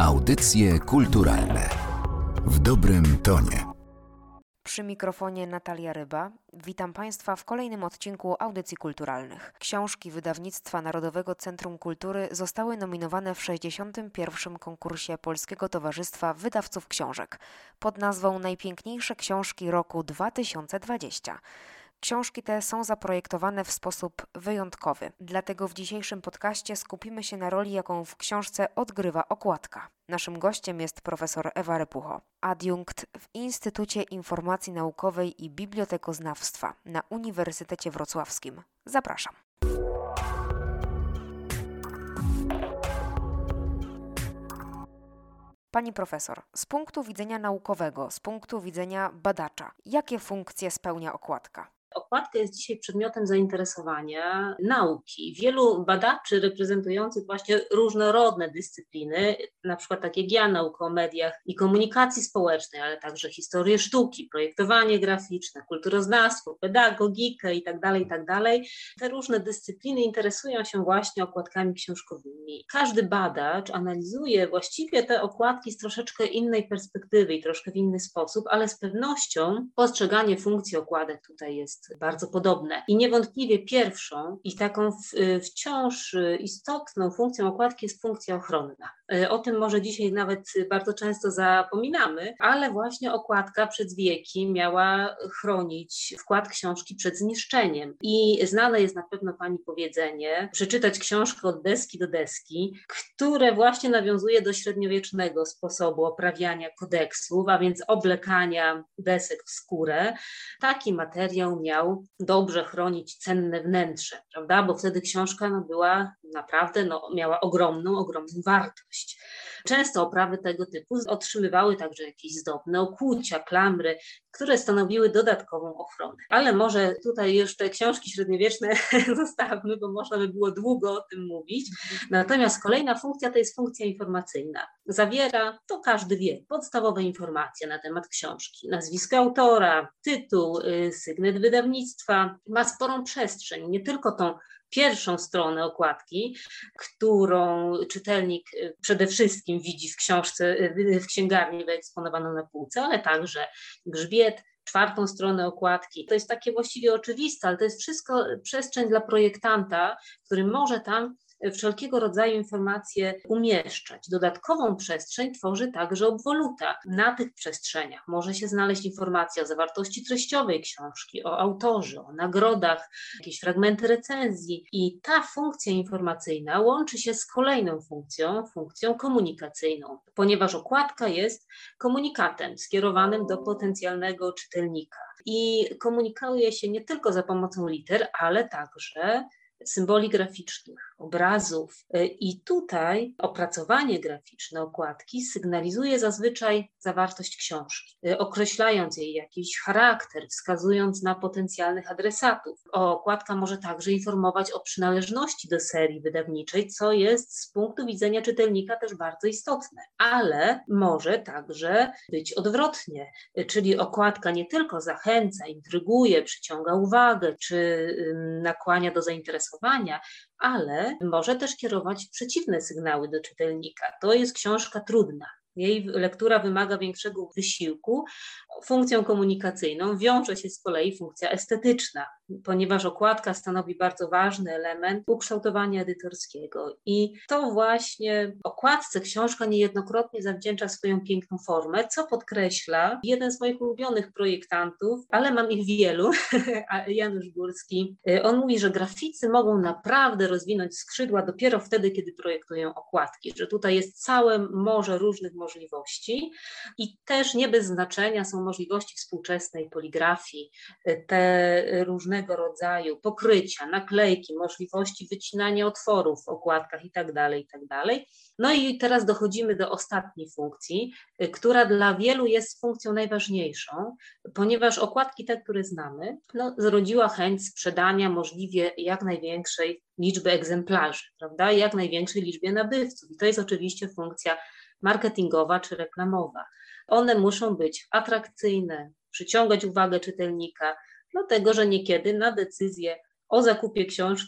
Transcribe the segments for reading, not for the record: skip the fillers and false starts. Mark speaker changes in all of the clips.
Speaker 1: Audycje kulturalne w dobrym tonie.
Speaker 2: Przy mikrofonie Natalia Ryba. Witam Państwa w kolejnym odcinku Audycji Kulturalnych. Książki wydawnictwa Narodowego Centrum Kultury zostały nominowane w 61. konkursie Polskiego Towarzystwa Wydawców Książek pod nazwą Najpiękniejsze książki roku 2020. Książki te są zaprojektowane w sposób wyjątkowy, dlatego w dzisiejszym podcaście skupimy się na roli, jaką w książce odgrywa okładka. Naszym gościem jest profesor Ewa Repucho, adiunkt w Instytucie Informacji Naukowej i Bibliotekoznawstwa na Uniwersytecie Wrocławskim. Zapraszam. Pani profesor, z punktu widzenia naukowego, z punktu widzenia badacza, jakie funkcje spełnia okładka?
Speaker 3: Okładka jest dzisiaj przedmiotem zainteresowania nauki. Wielu badaczy reprezentujących właśnie różnorodne dyscypliny, na przykład tak jak ja, naukę o mediach i komunikacji społecznej, ale także historię sztuki, projektowanie graficzne, kulturoznawstwo, pedagogikę itd. Te różne dyscypliny interesują się właśnie okładkami książkowymi. Każdy badacz analizuje właściwie te okładki z troszeczkę innej perspektywy i troszkę w inny sposób, ale z pewnością postrzeganie funkcji okładek tutaj jest bardzo podobne. I niewątpliwie pierwszą i taką wciąż istotną funkcją okładki jest funkcja ochronna. O tym może dzisiaj nawet bardzo często zapominamy, ale właśnie okładka przez wieki miała chronić wkład książki przed zniszczeniem. I znane jest na pewno Pani powiedzenie, przeczytać książkę od deski do deski, które właśnie nawiązuje do średniowiecznego sposobu oprawiania kodeksów, a więc oblekania desek w skórę. Taki materiał miał dobrze chronić cenne wnętrze, prawda? Bo wtedy książka była naprawdę, miała ogromną wartość. Często oprawy tego typu otrzymywały także jakieś zdobne okłucia, klamry, które stanowiły dodatkową ochronę. Ale może tutaj już te książki średniowieczne zostawmy, bo można by było długo o tym mówić. Natomiast kolejna funkcja to jest funkcja informacyjna. Zawiera, to każdy wie, podstawowe informacje na temat książki. Nazwisko autora, tytuł, sygnet wydawnictwa. Ma sporą przestrzeń, nie tylko tą pierwszą stronę okładki, którą czytelnik przede wszystkim widzi w książce, w księgarni wyeksponowaną na półce, ale także grzbiet, czwartą stronę okładki. To jest takie właściwie oczywiste, ale to jest wszystko przestrzeń dla projektanta, który może tam wszelkiego rodzaju informacje umieszczać. Dodatkową przestrzeń tworzy także obwoluta. Na tych przestrzeniach może się znaleźć informacja o zawartości treściowej książki, o autorze, o nagrodach, jakieś fragmenty recenzji i ta funkcja informacyjna łączy się z kolejną funkcją komunikacyjną, ponieważ okładka jest komunikatem skierowanym do potencjalnego czytelnika i komunikuje się nie tylko za pomocą liter, ale także symboli graficznych, obrazów. I tutaj opracowanie graficzne okładki sygnalizuje zazwyczaj zawartość książki, określając jej jakiś charakter, wskazując na potencjalnych adresatów. Okładka może także informować o przynależności do serii wydawniczej, co jest z punktu widzenia czytelnika też bardzo istotne, ale może także być odwrotnie, czyli okładka nie tylko zachęca, intryguje, przyciąga uwagę, czy nakłania do zainteresowania, ale może też kierować przeciwne sygnały do czytelnika. To jest książka trudna. Jej lektura wymaga większego wysiłku. Funkcją komunikacyjną wiąże się z kolei funkcja estetyczna, ponieważ okładka stanowi bardzo ważny element ukształtowania edytorskiego. I to właśnie okładce książka niejednokrotnie zawdzięcza swoją piękną formę, co podkreśla jeden z moich ulubionych projektantów, ale mam ich wielu, Janusz Górski. On mówi, że graficy mogą naprawdę rozwinąć skrzydła dopiero wtedy, kiedy projektują okładki, że tutaj jest całe morze różnych możliwości i też nie bez znaczenia są możliwości współczesnej poligrafii, te różnego rodzaju pokrycia, naklejki, możliwości wycinania otworów w okładkach itd. No i teraz dochodzimy do ostatniej funkcji, która dla wielu jest funkcją najważniejszą, ponieważ okładki te, które znamy, zrodziła chęć sprzedania możliwie jak największej liczby egzemplarzy, prawda, jak największej liczbie nabywców. I to jest oczywiście funkcja marketingowa czy reklamowa. One muszą być atrakcyjne, przyciągać uwagę czytelnika, dlatego że niekiedy na decyzję o zakupie książki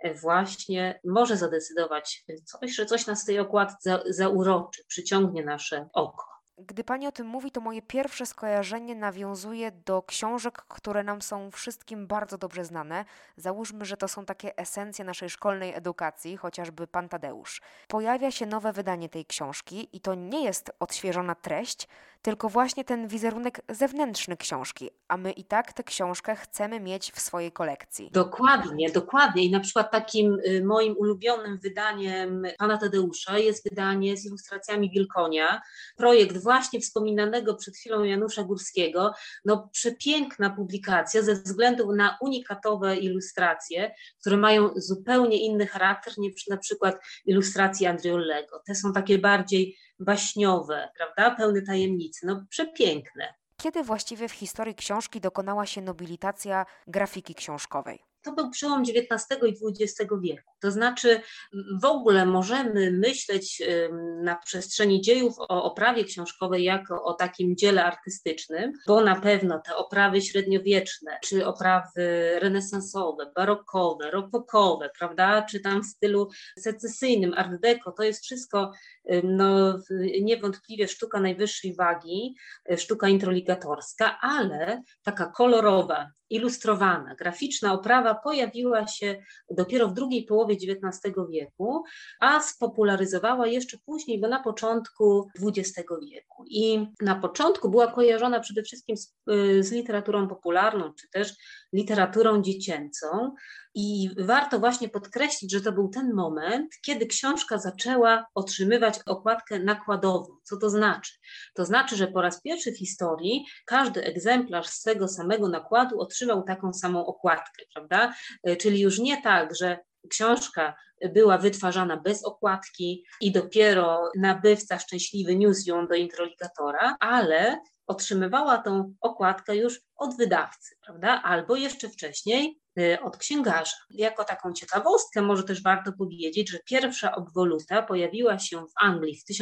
Speaker 3: właśnie może zadecydować coś, że coś nas w tej okładce zauroczy, przyciągnie nasze oko.
Speaker 2: Gdy Pani o tym mówi, to moje pierwsze skojarzenie nawiązuje do książek, które nam są wszystkim bardzo dobrze znane. Załóżmy, że to są takie esencje naszej szkolnej edukacji, chociażby Pan Tadeusz. Pojawia się nowe wydanie tej książki i to nie jest odświeżona treść, tylko właśnie ten wizerunek zewnętrzny książki, a my i tak tę książkę chcemy mieć w swojej kolekcji.
Speaker 3: Dokładnie, dokładnie. I na przykład takim moim ulubionym wydaniem Pana Tadeusza jest wydanie z ilustracjami Wilkonia, projekt właśnie wspominanego przed chwilą Janusza Górskiego. No, przepiękna publikacja ze względu na unikatowe ilustracje, które mają zupełnie inny charakter niż na przykład ilustracje Andriolego. Te są takie bardziej baśniowe, prawda, pełne tajemnicy, no przepiękne.
Speaker 2: Kiedy właściwie w historii książki dokonała się nobilitacja grafiki książkowej?
Speaker 3: To był przełom XIX i XX wieku. To znaczy w ogóle możemy myśleć na przestrzeni dziejów o oprawie książkowej jako o takim dziele artystycznym, bo na pewno te oprawy średniowieczne, czy oprawy renesansowe, barokowe, rokokowe, prawda, czy tam w stylu secesyjnym, art deco, to jest wszystko no, niewątpliwie sztuka najwyższej wagi, sztuka introligatorska, ale taka kolorowa, ilustrowana, graficzna oprawa pojawiła się dopiero w drugiej połowie XIX wieku, a spopularyzowała jeszcze później, bo na początku XX wieku. I na początku była kojarzona przede wszystkim z literaturą popularną, czy też literaturą dziecięcą. I warto właśnie podkreślić, że to był ten moment, kiedy książka zaczęła otrzymywać okładkę nakładową. Co to znaczy? To znaczy, że po raz pierwszy w historii każdy egzemplarz z tego samego nakładu otrzymał taką samą okładkę, prawda? Czyli już nie tak, że książka była wytwarzana bez okładki i dopiero nabywca szczęśliwy niósł ją do introligatora, ale otrzymywała tą okładkę już od wydawcy, prawda? Albo jeszcze wcześniej od księgarza. Jako taką ciekawostkę może też warto powiedzieć, że pierwsza obwoluta pojawiła się w Anglii w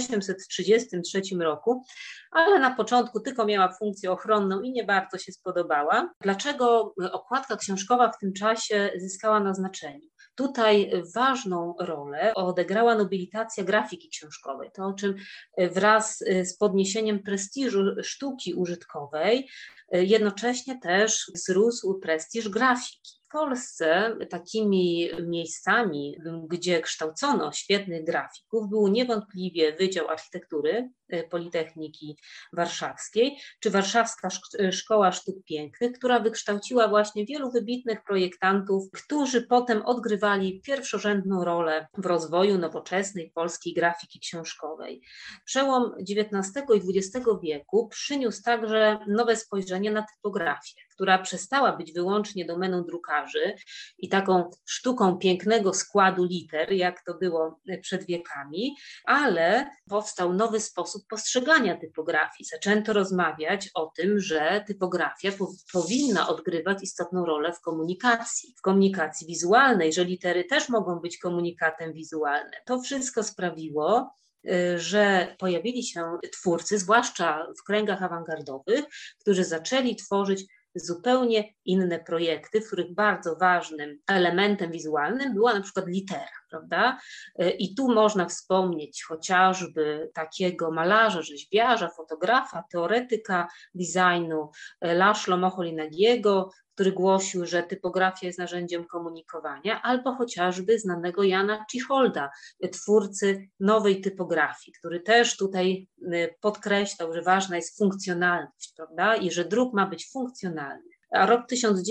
Speaker 3: 1833 roku, ale na początku tylko miała funkcję ochronną i nie bardzo się spodobała. Dlaczego okładka książkowa w tym czasie zyskała na znaczeniu? Tutaj ważną rolę odegrała nobilitacja grafiki książkowej, to o czym wraz z podniesieniem prestiżu sztuki użytkowej jednocześnie też wzrósł prestiż grafiki. W Polsce takimi miejscami, gdzie kształcono świetnych grafików, był niewątpliwie Wydział Architektury Politechniki Warszawskiej, czy Warszawska Szkoła Sztuk Pięknych, która wykształciła właśnie wielu wybitnych projektantów, którzy potem odgrywali pierwszorzędną rolę w rozwoju nowoczesnej polskiej grafiki książkowej. Przełom XIX i XX wieku przyniósł także nowe spojrzenie na typografię, która przestała być wyłącznie domeną drukarzy i taką sztuką pięknego składu liter, jak to było przed wiekami, ale powstał nowy sposób postrzegania typografii. Zaczęto rozmawiać o tym, że typografia powinna odgrywać istotną rolę w komunikacji wizualnej, że litery też mogą być komunikatem wizualnym. To wszystko sprawiło, że pojawili się twórcy, zwłaszcza w kręgach awangardowych, którzy zaczęli tworzyć zupełnie inne projekty, w których bardzo ważnym elementem wizualnym była na przykład litera, prawda? I tu można wspomnieć chociażby takiego malarza, rzeźbiarza, fotografa, teoretyka designu László Moholy-Nagyego, który głosił, że typografia jest narzędziem komunikowania, albo chociażby znanego Jana Czicholda, twórcy nowej typografii, który też tutaj podkreślał, że ważna jest funkcjonalność, prawda, i że druk ma być funkcjonalny. A rok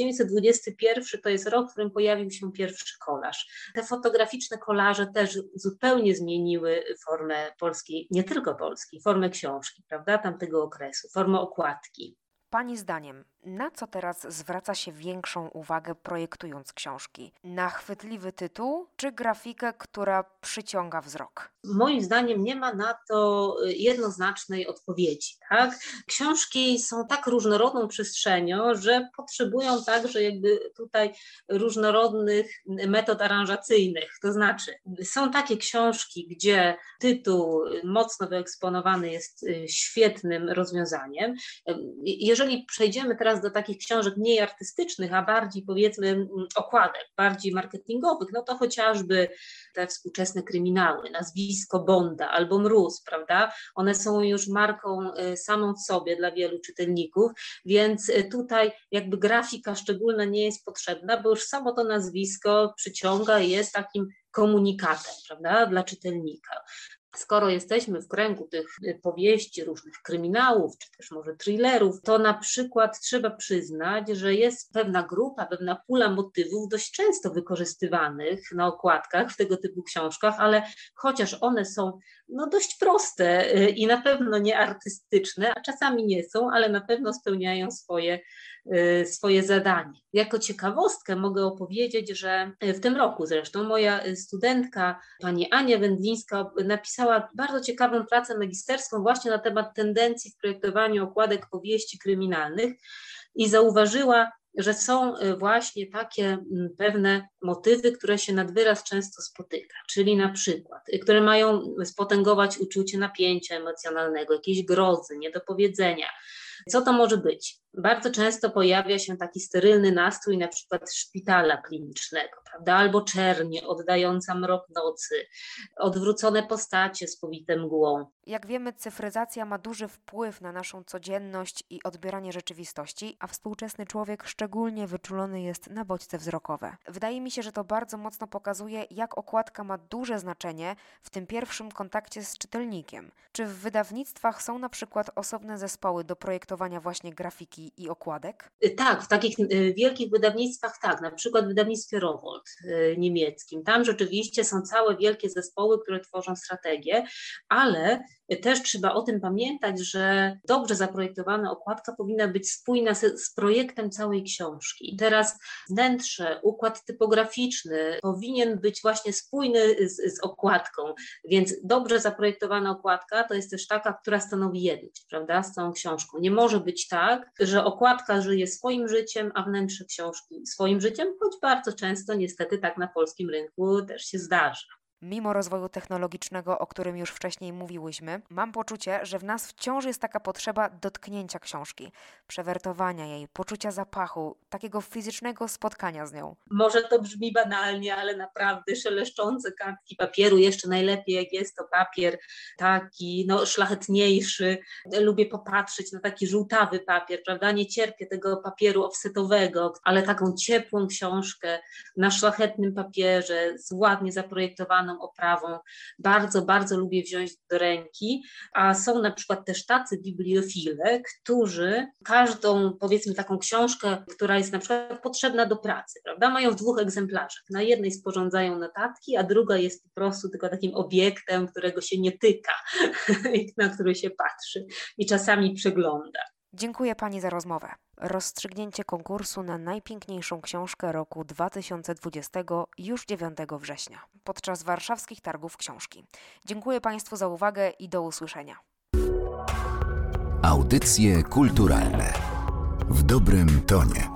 Speaker 3: 1921 to jest rok, w którym pojawił się pierwszy kolaż. Te fotograficzne kolaże też zupełnie zmieniły formę polskiej, nie tylko polskiej, formę książki, prawda, tamtego okresu, formę okładki.
Speaker 2: Pani zdaniem, na co teraz zwraca się większą uwagę projektując książki? Na chwytliwy tytuł czy grafikę, która przyciąga wzrok?
Speaker 3: Moim zdaniem nie ma na to jednoznacznej odpowiedzi. Tak? Książki są tak różnorodną przestrzenią, że potrzebują także jakby tutaj różnorodnych metod aranżacyjnych. To znaczy są takie książki, gdzie tytuł mocno wyeksponowany jest świetnym rozwiązaniem. Jeżeli przejdziemy teraz teraz do takich książek mniej artystycznych, a bardziej powiedzmy okładek, bardziej marketingowych, no to chociażby te współczesne kryminały, nazwisko Bonda albo Mróz, prawda? One są już marką samą w sobie dla wielu czytelników, więc tutaj jakby grafika szczególna nie jest potrzebna, bo już samo to nazwisko przyciąga i jest takim komunikatem, prawda, dla czytelnika. Skoro jesteśmy w kręgu tych powieści, różnych kryminałów, czy też może thrillerów, to na przykład trzeba przyznać, że jest pewna grupa, pewna pula motywów dość często wykorzystywanych na okładkach w tego typu książkach, ale chociaż one są dość proste i na pewno nie artystyczne, a czasami nie są, ale na pewno spełniają swoje zadanie. Jako ciekawostkę mogę opowiedzieć, że w tym roku zresztą moja studentka, pani Ania Wędlińska, napisała bardzo ciekawą pracę magisterską właśnie na temat tendencji w projektowaniu okładek powieści kryminalnych i zauważyła, że są właśnie takie pewne motywy, które się nad wyraz często spotyka, czyli na przykład, które mają spotęgować uczucie napięcia emocjonalnego, jakiejś grozy, niedopowiedzenia. Co to może być? Bardzo często pojawia się taki sterylny nastrój na przykład szpitala klinicznego, prawda? Albo czerń oddająca mrok nocy, odwrócone postacie spowite mgłą.
Speaker 2: Jak wiemy, cyfryzacja ma duży wpływ na naszą codzienność i odbieranie rzeczywistości, a współczesny człowiek szczególnie wyczulony jest na bodźce wzrokowe. Wydaje mi się, że to bardzo mocno pokazuje, jak okładka ma duże znaczenie w tym pierwszym kontakcie z czytelnikiem. Czy w wydawnictwach są na przykład osobne zespoły do projektowania właśnie grafiki i okładek?
Speaker 3: Tak, w takich wielkich wydawnictwach tak, na przykład w wydawnictwie Rowohlt niemieckim. Tam rzeczywiście są całe wielkie zespoły, które tworzą strategię, ale też trzeba o tym pamiętać, że dobrze zaprojektowana okładka powinna być spójna z projektem całej książki. Teraz wnętrze, układ typograficzny powinien być właśnie spójny z okładką, więc dobrze zaprojektowana okładka to jest też taka, która stanowi jedność, prawda, z całą książką. Nie może być tak, że okładka żyje swoim życiem, a wnętrze książki swoim życiem, choć bardzo często niestety tak na polskim rynku też się zdarza.
Speaker 2: Mimo rozwoju technologicznego, o którym już wcześniej mówiłyśmy, mam poczucie, że w nas wciąż jest taka potrzeba dotknięcia książki, przewertowania jej, poczucia zapachu, takiego fizycznego spotkania z nią.
Speaker 3: Może to brzmi banalnie, ale naprawdę szeleszczące kartki papieru, jeszcze najlepiej jak jest to papier taki szlachetniejszy. Lubię popatrzeć na taki żółtawy papier, prawda? Nie cierpię tego papieru offsetowego, ale taką ciepłą książkę na szlachetnym papierze z ładnie zaprojektowaną oprawą. Bardzo, bardzo lubię wziąć do ręki, a są na przykład też tacy bibliofile, którzy każdą, powiedzmy, taką książkę, która jest na przykład potrzebna do pracy, prawda, mają w 2 egzemplarzach. Na jednej sporządzają notatki, a druga jest po prostu tylko takim obiektem, którego się nie tyka, na który się patrzy i czasami przegląda.
Speaker 2: Dziękuję Pani za rozmowę. Rozstrzygnięcie konkursu na najpiękniejszą książkę roku 2020 już 9 września podczas warszawskich targów książki. Dziękuję Państwu za uwagę i do usłyszenia.
Speaker 1: Audycje kulturalne w dobrym tonie.